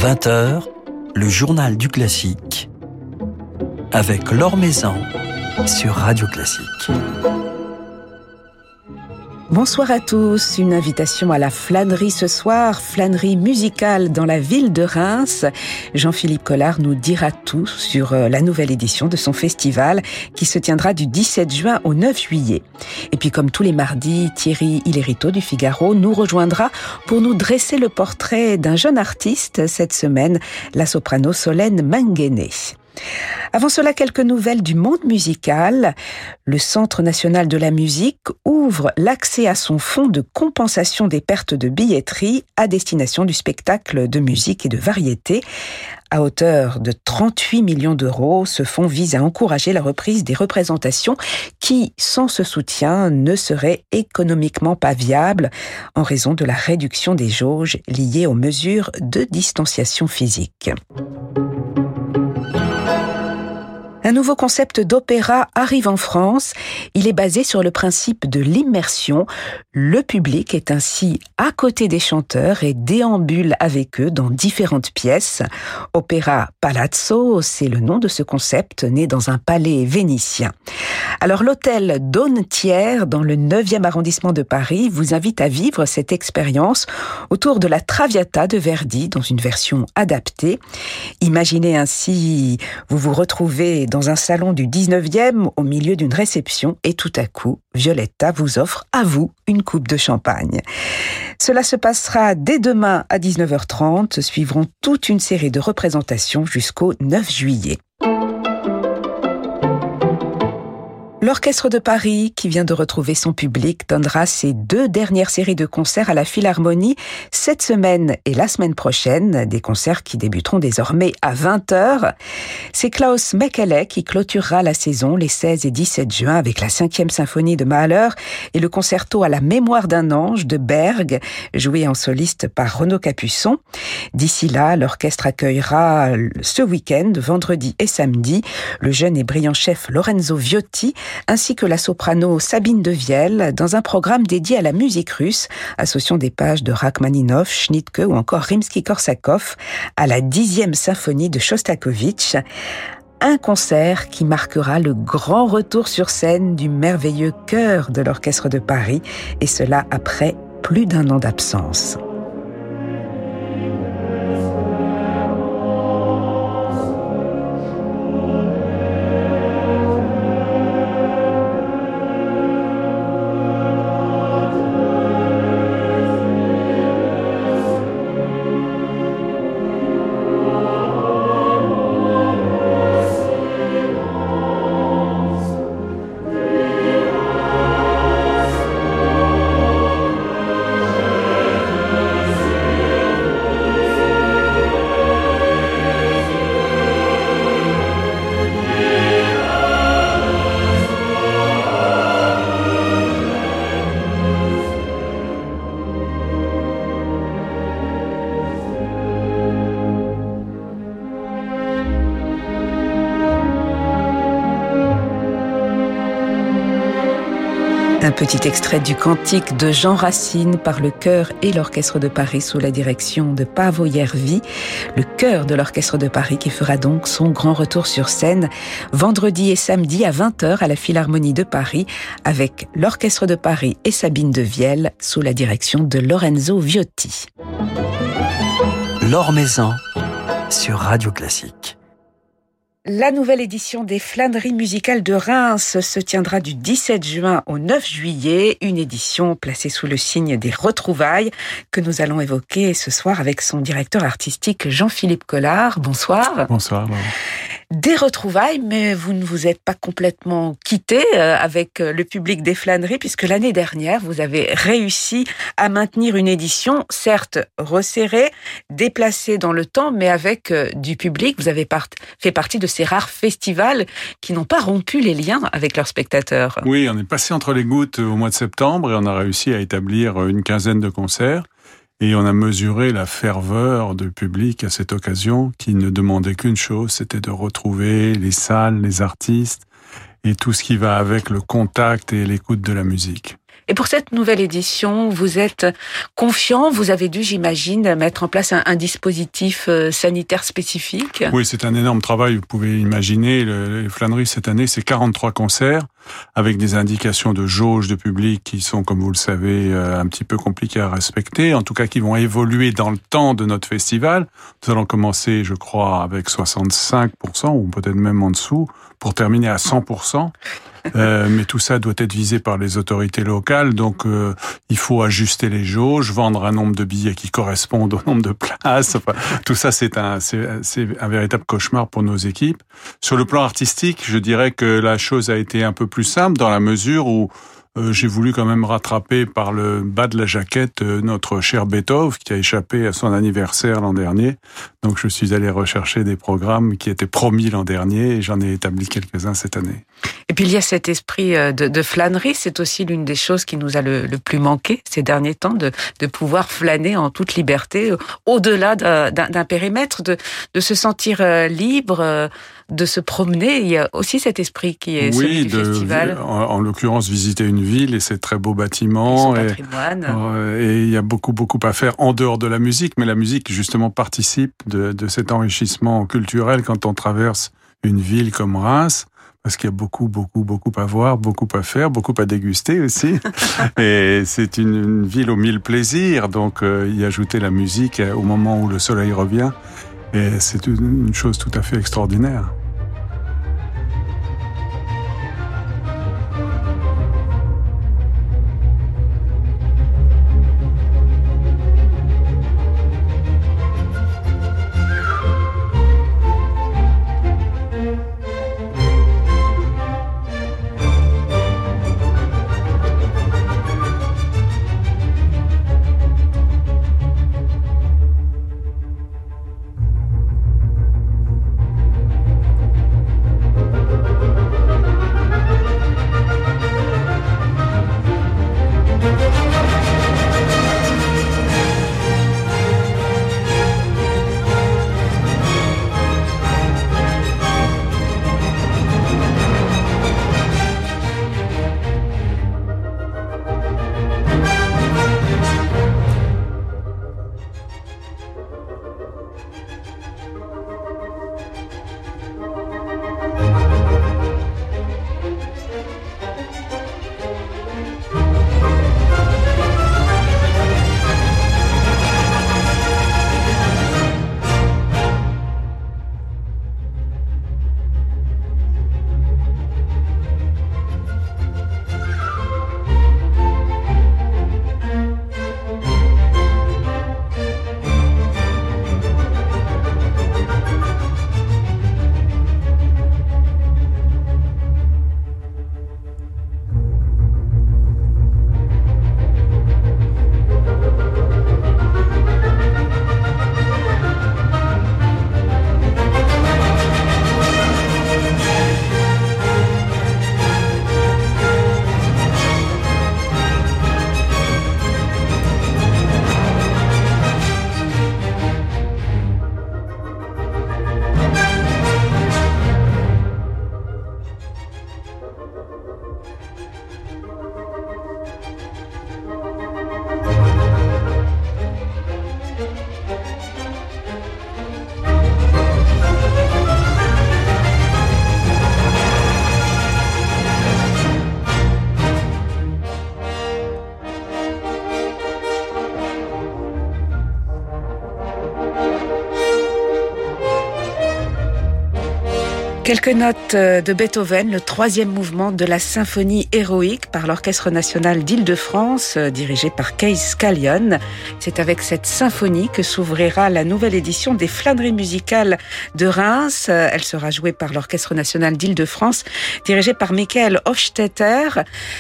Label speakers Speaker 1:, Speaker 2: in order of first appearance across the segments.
Speaker 1: 20h, le journal du classique avec Laure Maison sur Radio Classique.
Speaker 2: Bonsoir à tous, une invitation à la flânerie ce soir, flânerie musicale dans la ville de Reims. Jean-Philippe Collard nous dira tout sur la nouvelle édition de son festival qui se tiendra du 17 juin au 9 juillet. Et puis comme tous les mardis, Thierry Hillerito du Figaro nous rejoindra pour nous dresser le portrait d'un jeune artiste cette semaine, la soprano Solène Minguené. Avant cela, quelques nouvelles du monde musical. Le Centre national de la musique ouvre l'accès à son fonds de compensation des pertes de billetterie à destination du spectacle de musique et de variété. À hauteur de 38 millions d'euros, ce fonds vise à encourager la reprise des représentations qui, sans ce soutien, ne seraient économiquement pas viables en raison de la réduction des jauges liées aux mesures de distanciation physique. Un nouveau concept d'opéra arrive en France. Il est basé sur le principe de l'immersion. Le public est ainsi à côté des chanteurs et déambule avec eux dans différentes pièces. Opéra Palazzo, c'est le nom de ce concept, né dans un palais vénitien. Alors l'hôtel Daune-Thiers, dans le 9e arrondissement de Paris, vous invite à vivre cette expérience autour de la Traviata de Verdi, dans une version adaptée. Imaginez ainsi, vous vous retrouvez dans un salon du 19e au milieu d'une réception et tout à coup, Violetta vous offre à vous une coupe de champagne. Cela se passera dès demain à 19h30, suivront toute une série de représentations jusqu'au 9 juillet. L'Orchestre de Paris, qui vient de retrouver son public, donnera ses 2 dernières séries de concerts à la Philharmonie cette semaine et la semaine prochaine, des concerts qui débuteront désormais à 20h. C'est Klaus Mekele qui clôturera la saison les 16 et 17 juin avec la 5e symphonie de Mahler et le concerto à la mémoire d'un ange de Berg, joué en soliste par Renaud Capuçon. D'ici là, l'orchestre accueillera ce week-end, vendredi et samedi, le jeune et brillant chef Lorenzo Viotti, ainsi que la soprano Sabine Devielle, dans un programme dédié à la musique russe, associant des pages de Rachmaninov, Schnittke ou encore Rimsky-Korsakov à la 10e symphonie de Shostakovich. Un concert qui marquera le grand retour sur scène du merveilleux chœur de l'Orchestre de Paris, et cela après plus d'1 an d'absence. Un petit extrait du cantique de Jean Racine par le chœur et l'Orchestre de Paris sous la direction de Paavo Järvi, le chœur de l'Orchestre de Paris qui fera donc son grand retour sur scène vendredi et samedi à 20h à la Philharmonie de Paris avec l'Orchestre de Paris et Sabine Devielle sous la direction de Lorenzo Viotti.
Speaker 1: Laure Maison sur Radio Classique.
Speaker 2: La nouvelle édition des flâneries musicales de Reims se tiendra du 17 juin au 9 juillet, une édition placée sous le signe des retrouvailles que nous allons évoquer ce soir avec son directeur artistique Jean-Philippe Collard. Bonsoir.
Speaker 3: Bonsoir.
Speaker 2: Des retrouvailles, mais vous ne vous êtes pas complètement quitté avec le public des flâneries, puisque l'année dernière, vous avez réussi à maintenir une édition, certes resserrée, déplacée dans le temps, mais avec du public. Vous avez fait partie de ces rares festivals qui n'ont pas rompu les liens avec leurs spectateurs.
Speaker 3: Oui, on est passé entre les gouttes au mois de septembre et on a réussi à établir une quinzaine de concerts. Et on a mesuré la ferveur du public à cette occasion qui ne demandait qu'une chose, c'était de retrouver les salles, les artistes et tout ce qui va avec le contact et l'écoute de la musique.
Speaker 2: Et pour cette nouvelle édition, vous êtes confiant? Vous avez dû, j'imagine, mettre en place un dispositif sanitaire spécifique?
Speaker 3: Oui, c'est un énorme travail. Vous pouvez imaginer, les flâneries cette année, c'est 43 concerts avec des indications de jauge de public qui sont, comme vous le savez, un petit peu compliquées à respecter, en tout cas qui vont évoluer dans le temps de notre festival. Nous allons commencer, je crois, avec 65% ou peut-être même en dessous, pour terminer à 100%. Mais tout ça doit être visé par les autorités locales, donc il faut ajuster les jauges, vendre un nombre de billets qui correspondent au nombre de places. Enfin, tout ça, c'est un véritable cauchemar pour nos équipes. Sur le plan artistique, je dirais que la chose a été un peu plus simple dans la mesure où j'ai voulu quand même rattraper par le bas de la jaquette notre cher Beethoven qui a échappé à son anniversaire l'an dernier. Donc je suis allé rechercher des programmes qui étaient promis l'an dernier et j'en ai établi quelques-uns cette année.
Speaker 2: Et puis il y a cet esprit de flânerie, c'est aussi l'une des choses qui nous a le plus manqué ces derniers temps, de pouvoir flâner en toute liberté, au-delà d'un périmètre, de se sentir libre, de se promener. Il y a aussi cet esprit qui est celui du festival.
Speaker 3: En l'occurrence, visiter une ville et ses très beaux bâtiments.
Speaker 2: Et son patrimoine.
Speaker 3: Et il y a beaucoup à faire en dehors de la musique, mais la musique justement participe de cet enrichissement culturel quand on traverse une ville comme Reims. Parce qu'il y a beaucoup à voir, beaucoup à faire, beaucoup à déguster aussi. Et c'est une ville aux 1000 plaisirs, donc y ajouter la musique au moment où le soleil revient, et c'est une chose tout à fait extraordinaire.
Speaker 2: Quelques notes de Beethoven, le 3e mouvement de la symphonie héroïque par l'Orchestre national d'Île-de-France, dirigé par Kees Skallion. C'est avec cette symphonie que s'ouvrira la nouvelle édition des Flâneries musicales de Reims. Elle sera jouée par l'Orchestre national d'Île-de-France, dirigé par Michael Hofstetter.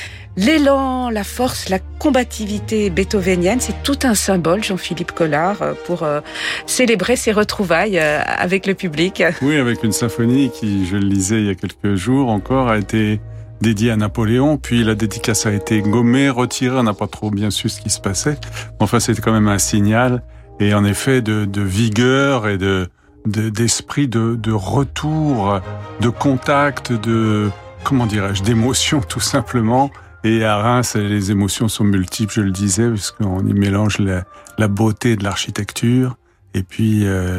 Speaker 2: L'élan, la force, la combativité beethovenienne, c'est tout un symbole, Jean-Philippe Collard, pour célébrer ces retrouvailles avec le public.
Speaker 3: Oui, avec une symphonie qui, je le lisais il y a quelques jours encore, a été dédiée à Napoléon, puis la dédicace a été gommée, retirée, on n'a pas trop bien su ce qui se passait. Enfin, c'était quand même un signal, et en effet, de vigueur et d'esprit de retour, de contact, d'émotion tout simplement. Et à Reims, les émotions sont multiples, je le disais, parce qu'on y mélange la beauté de l'architecture et puis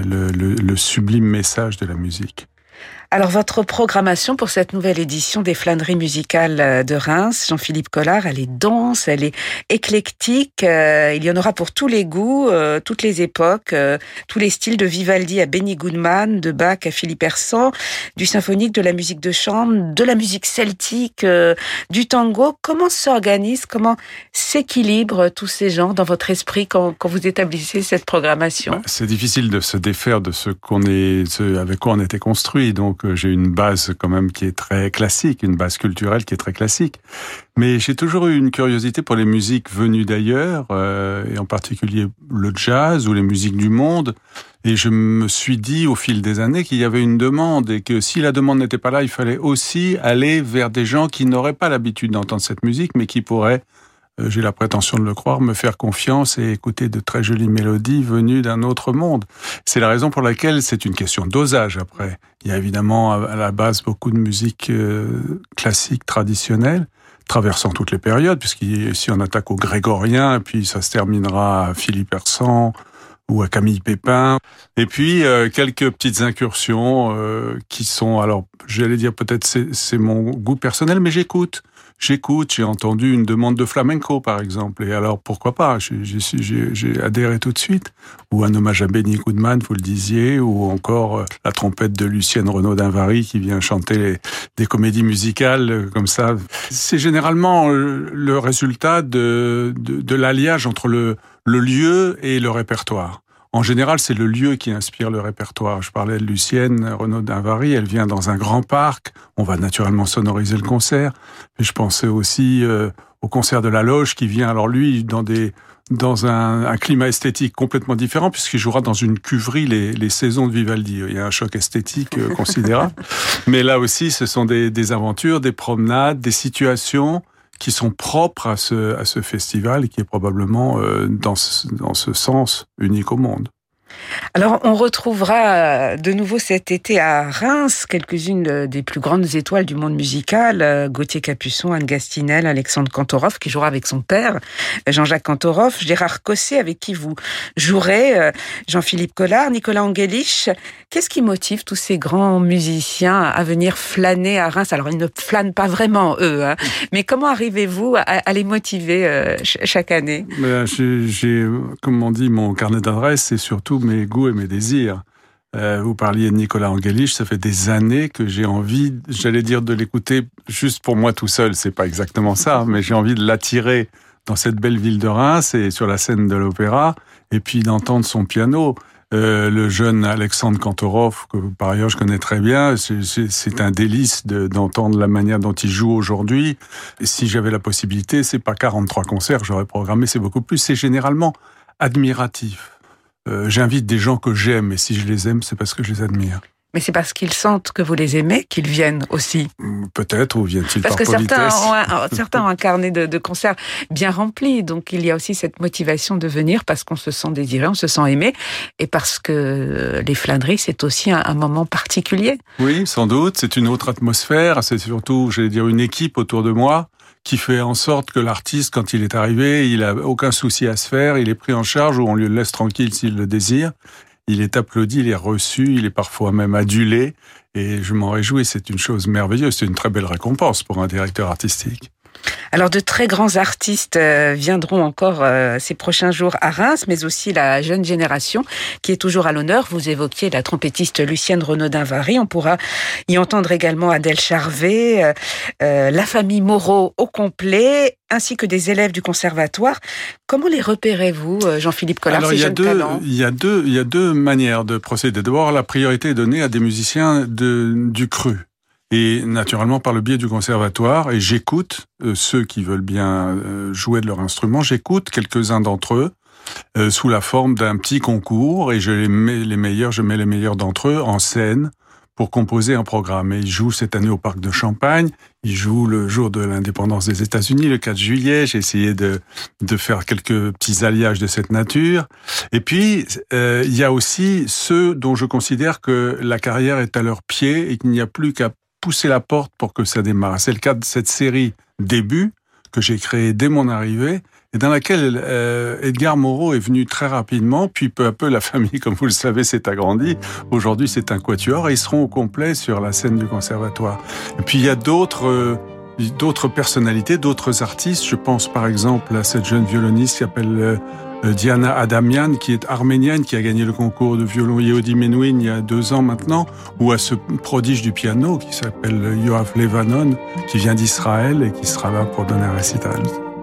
Speaker 3: le sublime message de la musique.
Speaker 2: Alors, votre programmation pour cette nouvelle édition des Flâneries musicales de Reims, Jean-Philippe Collard, elle est dense, elle est éclectique. Il y en aura pour tous les goûts, toutes les époques, tous les styles, de Vivaldi à Benny Goodman, de Bach à Philippe Hersant, du symphonique, de la musique de chambre, de la musique celtique, du tango. Comment s'organise, comment s'équilibrent tous ces genres dans votre esprit quand vous établissez cette programmation?
Speaker 3: C'est difficile de se défaire de ce avec quoi on était construit. Donc, j'ai une base quand même qui est très classique, une base culturelle qui est très classique. Mais j'ai toujours eu une curiosité pour les musiques venues d'ailleurs, et en particulier le jazz ou les musiques du monde. Et je me suis dit au fil des années qu'il y avait une demande et que si la demande n'était pas là, il fallait aussi aller vers des gens qui n'auraient pas l'habitude d'entendre cette musique, mais qui pourraient, j'ai la prétention de le croire, me faire confiance et écouter de très jolies mélodies venues d'un autre monde. C'est la raison pour laquelle c'est une question de dosage après. Il y a évidemment à la base beaucoup de musique classique, traditionnelle, traversant toutes les périodes, puisqu'ici on attaque au grégorien, et puis ça se terminera à Philippe Hersant ou à Camille Pépin. Et puis quelques petites incursions qui sont, alors j'allais dire peut-être c'est mon goût personnel, mais j'écoute, j'ai entendu une demande de flamenco, par exemple, et alors pourquoi pas, j'ai adhéré tout de suite. Ou un hommage à Benny Goodman, vous le disiez, ou encore la trompette de Lucienne Renaud d'Invary qui vient chanter des comédies musicales comme ça. C'est généralement le résultat de l'alliage entre le lieu et le répertoire. En général, c'est le lieu qui inspire le répertoire. Je parlais de Lucienne Renaud d'Invary, elle vient dans un grand parc. On va naturellement sonoriser le concert. Mais je pensais aussi au concert de la Loge qui vient, alors lui, dans un climat esthétique complètement différent, puisqu'il jouera dans une cuverie les saisons de Vivaldi. Il y a un choc esthétique considérable. Mais là aussi, ce sont des aventures, des promenades, des situations qui sont propres à ce festival et qui est probablement, dans ce sens, unique au monde.
Speaker 2: Alors, on retrouvera de nouveau cet été à Reims quelques-unes des plus grandes étoiles du monde musical, Gauthier Capuçon, Anne Gastinel, Alexandre Kantorov, qui jouera avec son père, Jean-Jacques Kantorov, Gérard Cosset, avec qui vous jouerez, Jean-Philippe Collard, Nicolas Angelich. Qu'est-ce qui motive tous ces grands musiciens à venir flâner à Reims? Alors, ils ne flânent pas vraiment, eux, hein, mais comment arrivez-vous à les motiver chaque année?
Speaker 3: J'ai, comme on dit, mon carnet d'adresses, c'est surtout mes goûts et mes désirs. Vous parliez de Nicolas Angelich, ça fait des années que j'ai envie, j'allais dire, de l'écouter juste pour moi tout seul, c'est pas exactement ça, mais j'ai envie de l'attirer dans cette belle ville de Reims et sur la scène de l'opéra, et puis d'entendre son piano. Le jeune Alexandre Kantorov, que par ailleurs je connais très bien, c'est un délice d'entendre la manière dont il joue aujourd'hui. Et si j'avais la possibilité, c'est pas 43 concerts que j'aurais programmé, c'est beaucoup plus, c'est généralement admiratif. J'invite des gens que j'aime, et si je les aime, c'est parce que je les admire.
Speaker 2: Mais c'est parce qu'ils sentent que vous les aimez qu'ils viennent aussi.
Speaker 3: Peut-être, ou viennent-ils par politesse?
Speaker 2: Parce que certains ont un carnet de concerts bien rempli, donc il y a aussi cette motivation de venir parce qu'on se sent désiré, on se sent aimé, et parce que les flâneries, c'est aussi un moment particulier.
Speaker 3: Oui, sans doute, c'est une autre atmosphère, c'est surtout, j'allais dire, une équipe autour de moi qui fait en sorte que l'artiste, quand il est arrivé, il a aucun souci à se faire, il est pris en charge ou on lui laisse tranquille s'il le désire. Il est applaudi, il est reçu, il est parfois même adulé, et je m'en réjouis, c'est une chose merveilleuse, c'est une très belle récompense pour un directeur artistique.
Speaker 2: Alors, de très grands artistes viendront encore ces prochains jours à Reims, mais aussi la jeune génération qui est toujours à l'honneur. Vous évoquiez la trompettiste Lucienne Renaud d'Invary. On pourra y entendre également Adèle Charvet, la famille Moreau au complet, ainsi que des élèves du conservatoire. Comment les repérez-vous, Jean-Philippe Collard,
Speaker 3: Alors,
Speaker 2: ces jeunes talents?
Speaker 3: Il y a deux manières de procéder. D'abord, la priorité est donnée à des musiciens du cru. Et naturellement par le biais du conservatoire, et j'écoute ceux qui veulent bien jouer de leur instrument, j'écoute quelques-uns d'entre eux sous la forme d'un petit concours, et je mets les meilleurs d'entre eux en scène pour composer un programme. Et ils jouent cette année au Parc de Champagne, ils jouent le jour de l'indépendance des États-Unis, le 4 juillet, j'ai essayé de faire quelques petits alliages de cette nature. Et puis, il y a aussi ceux dont je considère que la carrière est à leurs pieds et qu'il n'y a plus qu'à pousser la porte pour que ça démarre. C'est le cas de cette série Début, que j'ai créée dès mon arrivée, et dans laquelle Edgar Moreau est venu très rapidement, puis peu à peu la famille, comme vous le savez, s'est agrandie. Aujourd'hui, c'est un quatuor et ils seront au complet sur la scène du conservatoire. Et puis il y a d'autres personnalités, d'autres artistes. Je pense par exemple à cette jeune violoniste qui s'appelle Diana Adamian, qui est arménienne, qui a gagné le concours de violon Yehudi Menuhin il y a 2 ans maintenant, ou à ce prodige du piano qui s'appelle Yoav Levanon, qui vient d'Israël et qui sera là pour donner un récital.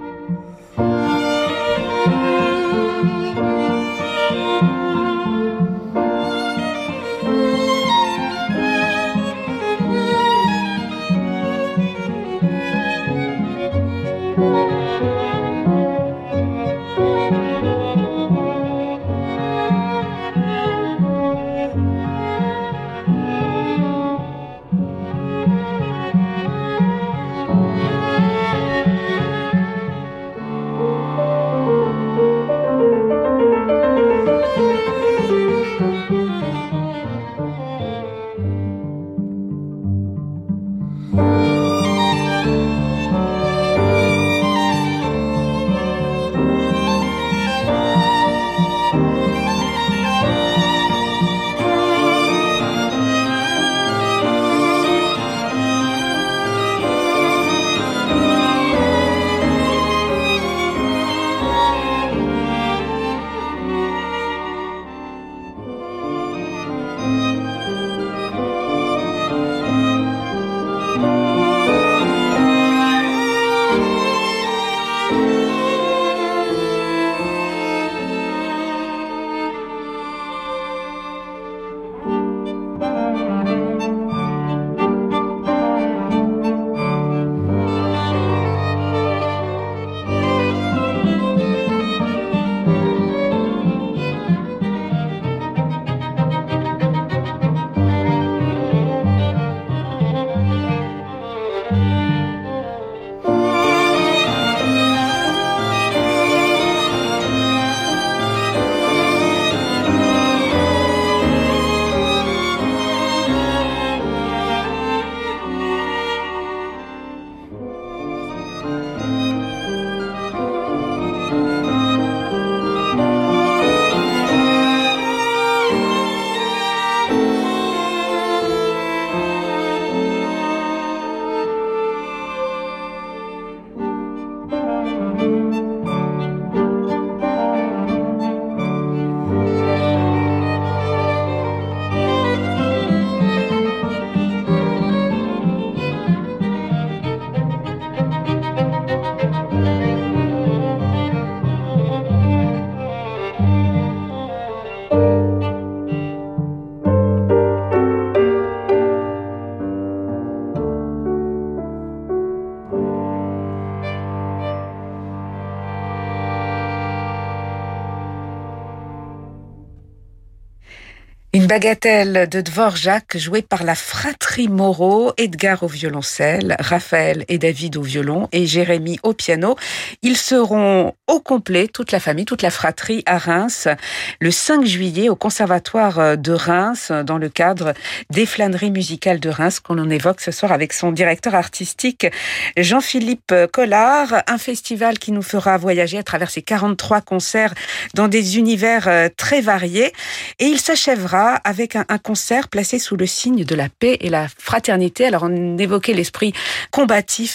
Speaker 2: Une bagatelle de Dvorak jouée par la fratrie Moreau, Edgar au violoncelle, Raphaël et David au violon et Jérémy au piano. Ils seront au complet, toute la famille, toute la fratrie à Reims, le 5 juillet au Conservatoire de Reims, dans le cadre des Flâneries musicales de Reims, qu'on en évoque ce soir avec son directeur artistique Jean-Philippe Collard. Un festival qui nous fera voyager à travers ces 43 concerts dans des univers très variés. Et il s'achèvera avec un concert placé sous le signe de la paix et la fraternité. Alors on évoquait l'esprit combatif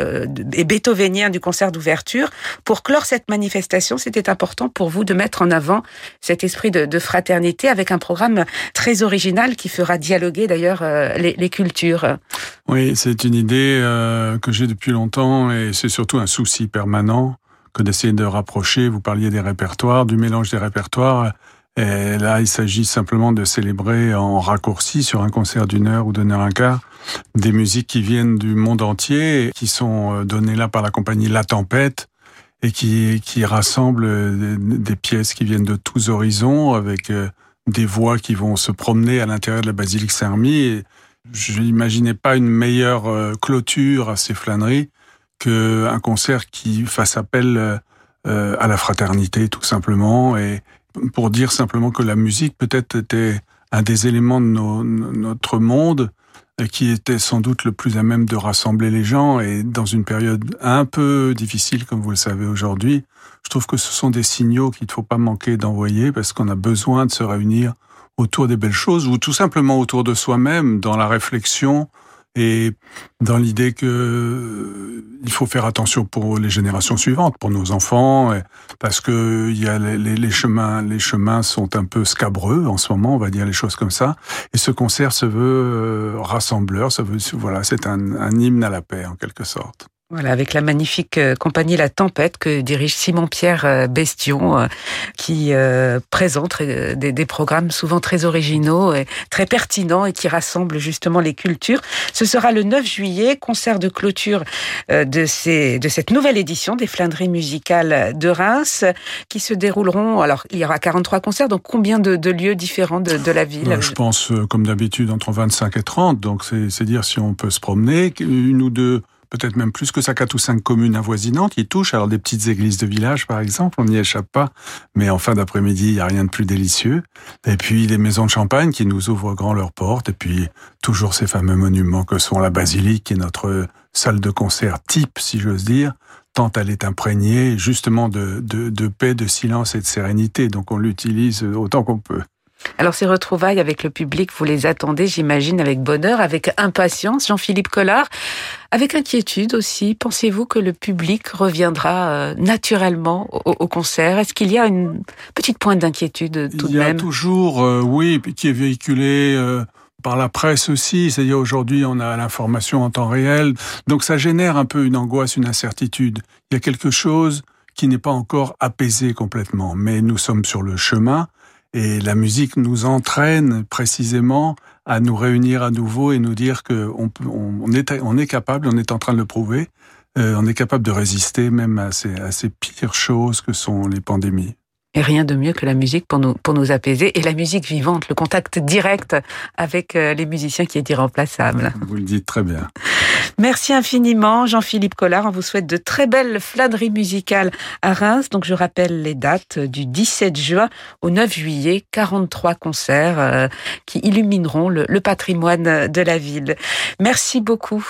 Speaker 2: et beethovenien du concert d'ouverture. Pour clore cette manifestation, c'était important pour vous de mettre en avant cet esprit de fraternité avec un programme très original qui fera dialoguer d'ailleurs les cultures.
Speaker 3: Oui, c'est une idée que j'ai depuis longtemps et c'est surtout un souci permanent que d'essayer de rapprocher. Vous parliez des répertoires, du mélange des répertoires. Et là, il s'agit simplement de célébrer en raccourci sur un concert d'1 heure ou d'1 heure et quart des musiques qui viennent du monde entier, qui sont données là par la compagnie La Tempête et qui rassemblent des pièces qui viennent de tous horizons avec des voix qui vont se promener à l'intérieur de la basilique Saint-Remy. Je n'imaginais pas une meilleure clôture à ces flâneries qu'un concert qui fasse appel à la fraternité, tout simplement, et pour dire simplement que la musique peut-être était un des éléments de notre monde qui était sans doute le plus à même de rassembler les gens. Et dans une période un peu difficile, comme vous le savez aujourd'hui, je trouve que ce sont des signaux qu'il ne faut pas manquer d'envoyer parce qu'on a besoin de se réunir autour des belles choses ou tout simplement autour de soi-même, dans la réflexion et dans l'idée que il faut faire attention pour les générations suivantes, pour nos enfants, parce que il y a les chemins sont un peu scabreux en ce moment, on va dire les choses comme ça. Et ce concert se veut rassembleur, voilà, c'est un hymne à la paix en quelque sorte.
Speaker 2: Voilà, avec la magnifique compagnie La Tempête que dirige Simon-Pierre Bestion, qui présente des programmes souvent très originaux et très pertinents et qui rassemblent justement les cultures. Ce sera le 9 juillet, concert de clôture de cette nouvelle édition des Flâneries musicales de Reims, qui se dérouleront, alors il y aura 43 concerts, donc combien de lieux différents de la ville?
Speaker 3: Je pense, comme d'habitude, entre 25 et 30, donc c'est dire si on peut se promener, une ou deux, peut-être même plus que ça, 4 ou 5 communes avoisinantes qui touchent. Alors des petites églises de village, par exemple, on n'y échappe pas. Mais en fin d'après-midi, il n'y a rien de plus délicieux. Et puis les maisons de champagne qui nous ouvrent grand leurs portes. Et puis toujours ces fameux monuments que sont la basilique, qui est notre salle de concert type, si j'ose dire, tant elle est imprégnée justement de paix, de silence et de sérénité. Donc on l'utilise autant qu'on peut.
Speaker 2: Alors ces retrouvailles avec le public, vous les attendez, j'imagine, avec bonheur, avec impatience. Jean-Philippe Collard, avec inquiétude aussi. Pensez-vous que le public reviendra naturellement au concert? Est-ce qu'il y a une petite pointe d'inquiétude tout de même?
Speaker 3: Il y a toujours, oui, qui est véhiculé par la presse aussi. C'est-à-dire aujourd'hui, on a l'information en temps réel. Donc ça génère un peu une angoisse, une incertitude. Il y a quelque chose qui n'est pas encore apaisé complètement. Mais nous sommes sur le chemin. Et la musique nous entraîne précisément à nous réunir à nouveau et nous dire qu'on est capable, on est en train de le prouver, on est capable de résister même à ces pires choses que sont les pandémies.
Speaker 2: Et rien de mieux que la musique pour nous apaiser. Et la musique vivante, le contact direct avec les musiciens qui est irremplaçable.
Speaker 3: Vous le dites très bien.
Speaker 2: Merci infiniment, Jean-Philippe Collard. On vous souhaite de très belles flâneries musicales à Reims. Donc, je rappelle les dates du 17 juin au 9 juillet. 43 concerts qui illumineront le patrimoine de la ville. Merci beaucoup.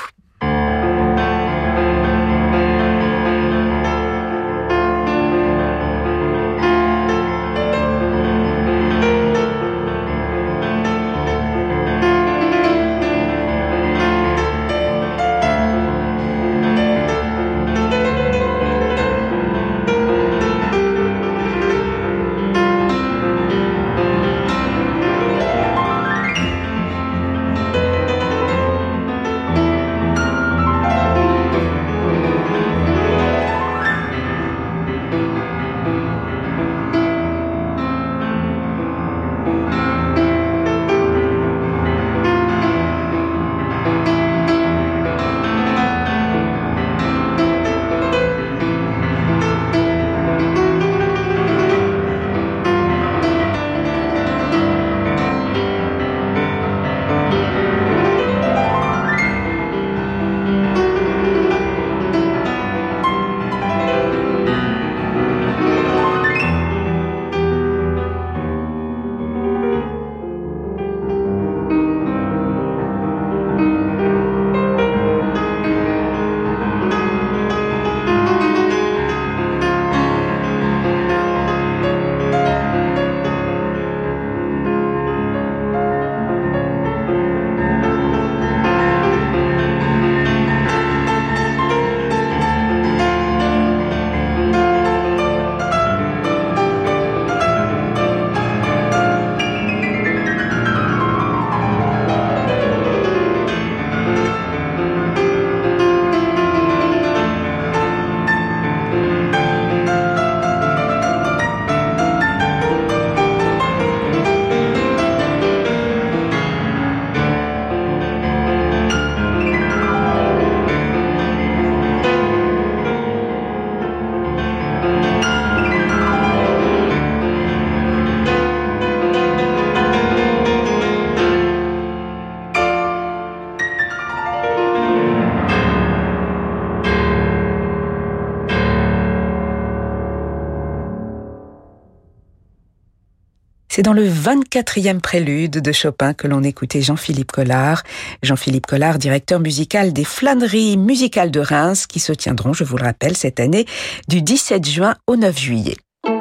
Speaker 2: C'est dans le 24e prélude de Chopin que l'on écoutait Jean-Philippe Collard. Jean-Philippe Collard, directeur musical des Flâneries musicales de Reims, qui se tiendront, je vous le rappelle, cette année, du 17 juin au 9 juillet.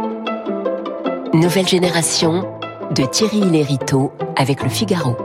Speaker 4: Nouvelle génération de Thierry Lériteau avec Le Figaro.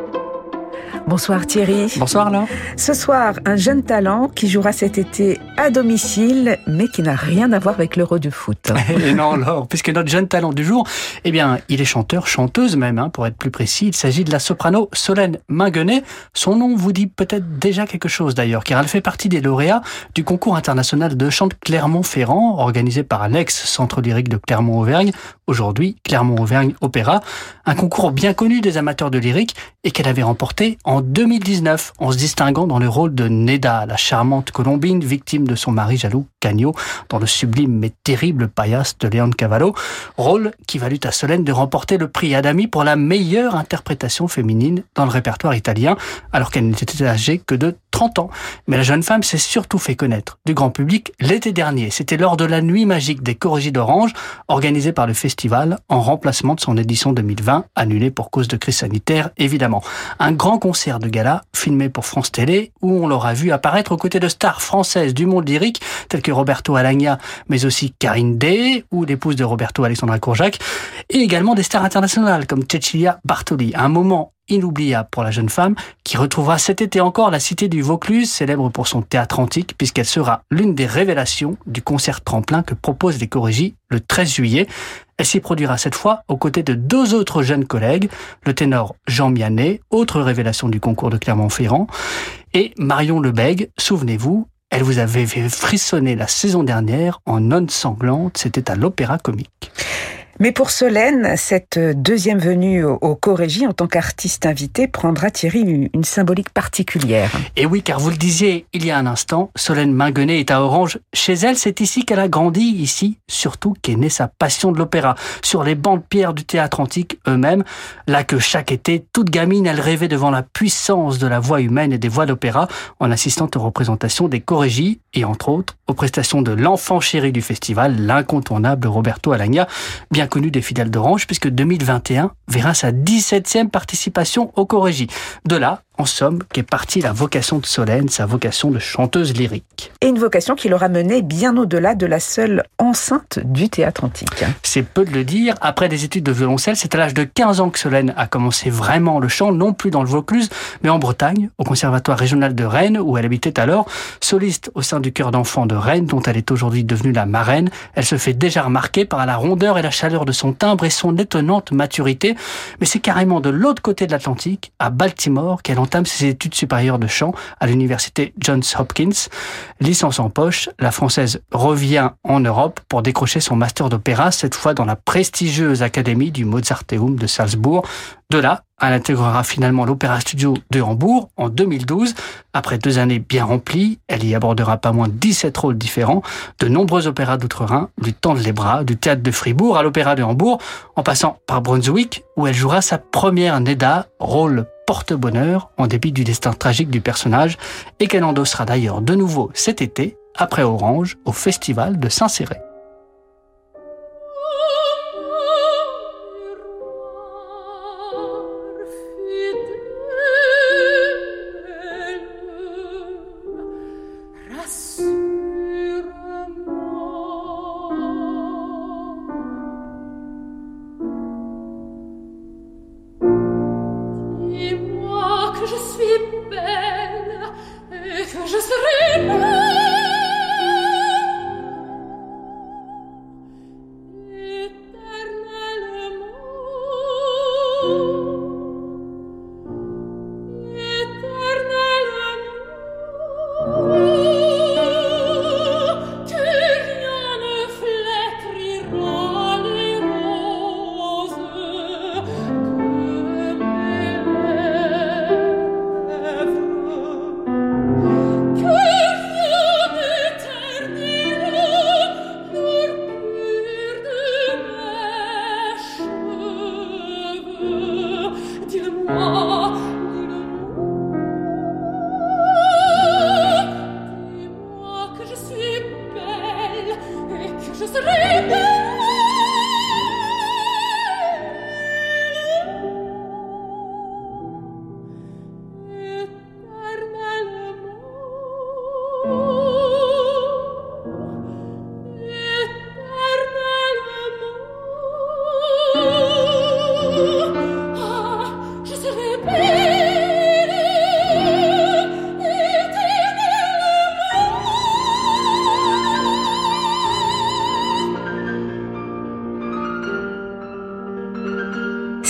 Speaker 2: Bonsoir Thierry.
Speaker 5: Bonsoir Laure.
Speaker 2: Ce soir, un jeune talent qui jouera cet été à domicile, mais qui n'a rien à voir avec l'Euro du foot.
Speaker 5: Et non Laure, puisque notre jeune talent du jour, eh bien, il est chanteur, chanteuse même, pour être plus précis. Il s'agit de la soprano Solène Minguenet. Son nom vous dit peut-être déjà quelque chose d'ailleurs, car elle fait partie des lauréats du concours international de chant de Clermont-Ferrand, organisé par l'ex-centre lyrique de Clermont-Auvergne, aujourd'hui Clermont-Auvergne Opéra, un concours bien connu des amateurs de lyrique et qu'elle avait remporté en 2019, en se distinguant dans le rôle de Neda, la charmante colombine victime de son mari jaloux Cagno, dans le sublime mais terrible Paillasse de Leoncavallo, rôle qui valut à Solène de remporter le prix Adami pour la meilleure interprétation féminine dans le répertoire italien, alors qu'elle n'était âgée que de 30 ans. Mais la jeune femme s'est surtout fait connaître du grand public l'été dernier. C'était lors de la Nuit magique des Chorégies d'Orange, organisée par le festival, en remplacement de son édition 2020, annulée pour cause de crise sanitaire, évidemment. Un grand concert de gala, filmé pour France Télé, où on l'aura vu apparaître aux côtés de stars françaises du monde lyrique, telles que Roberto Alagna, mais aussi Karine Day, ou l'épouse de Roberto, Alexandra Courjac, et également des stars internationales, comme Cecilia Bartoli. Un moment inoubliable pour la jeune femme qui retrouvera cet été encore la cité du Vaucluse, célèbre pour son théâtre antique, puisqu'elle sera l'une des révélations du concert tremplin que proposent les Chorégies le 13 juillet. Elle s'y produira cette fois aux côtés de deux autres jeunes collègues, le ténor Jean Mianet, autre révélation du concours de Clermont-Ferrand, et Marion Lebègue, souvenez-vous, elle vous avait fait frissonner la saison dernière en nonne sanglante, c'était à l'Opéra Comique.
Speaker 2: Mais pour Solène, cette deuxième venue au Chorégies en tant qu'artiste invité prendra, Thierry, une symbolique particulière.
Speaker 5: Et oui, car vous le disiez il y a un instant, Solène Minguenet est à Orange. Chez elle, c'est ici qu'elle a grandi, ici surtout qu'est née sa passion de l'opéra. Sur les bancs de pierre du théâtre antique eux-mêmes, là que chaque été, toute gamine, elle rêvait devant la puissance de la voix humaine et des voix d'opéra en assistant aux représentations des Chorégies et entre autres aux prestations de l'enfant chéri du festival, l'incontournable Roberto Alagna, bien connu des fidèles d'Orange, puisque 2021 verra sa 17e participation aux Chorégies. De là, en somme, qu'est partie la vocation de Solène, sa vocation de chanteuse lyrique.
Speaker 2: Et une vocation qui l'aura menée bien au-delà de la seule enceinte du théâtre antique.
Speaker 5: C'est peu de le dire. Après des études de violoncelle, c'est à l'âge de 15 ans que Solène a commencé vraiment le chant, non plus dans le Vaucluse, mais en Bretagne, au Conservatoire régional de Rennes, où elle habitait alors. Soliste au sein du chœur d'enfants de Rennes, dont elle est aujourd'hui devenue la marraine, elle se fait déjà remarquer par la rondeur et la chaleur de son timbre et son étonnante maturité. Mais c'est carrément de l'autre côté de l'Atlantique, à Baltimore, qu'elle entame ses études supérieures de chant à l'université Johns Hopkins. Licence en poche, la Française revient en Europe pour décrocher son master d'opéra, cette fois dans la prestigieuse académie du Mozarteum de Salzbourg. De là, elle intégrera finalement l'Opéra Studio de Hambourg en 2012. Après 2 années bien remplies, elle y abordera pas moins de 17 rôles différents. De nombreux opéras d'outre-Rhin lui tendent les bras, du théâtre de Fribourg à l'Opéra de Hambourg, en passant par Brunswick, où elle jouera sa première Neda, rôle porte-bonheur, en dépit du destin tragique du personnage, et qu'elle endossera d'ailleurs de nouveau cet été, après Orange, au Festival de Saint-Céré.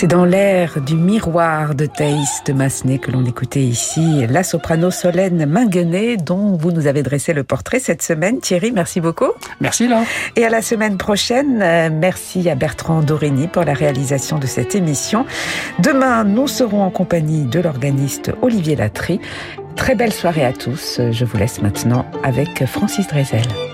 Speaker 2: C'est dans l'air du miroir de Thaïs de Massenet que l'on écoutait ici la soprano Solène Minguenet, dont vous nous avez dressé le portrait cette semaine. Thierry, merci beaucoup.
Speaker 5: Merci Laure.
Speaker 2: Et à la semaine prochaine. Merci à Bertrand Dorigny pour la réalisation de cette émission. Demain, nous serons en compagnie de l'organiste Olivier Latry. Très belle soirée à tous. Je vous laisse maintenant avec Francis Drezel.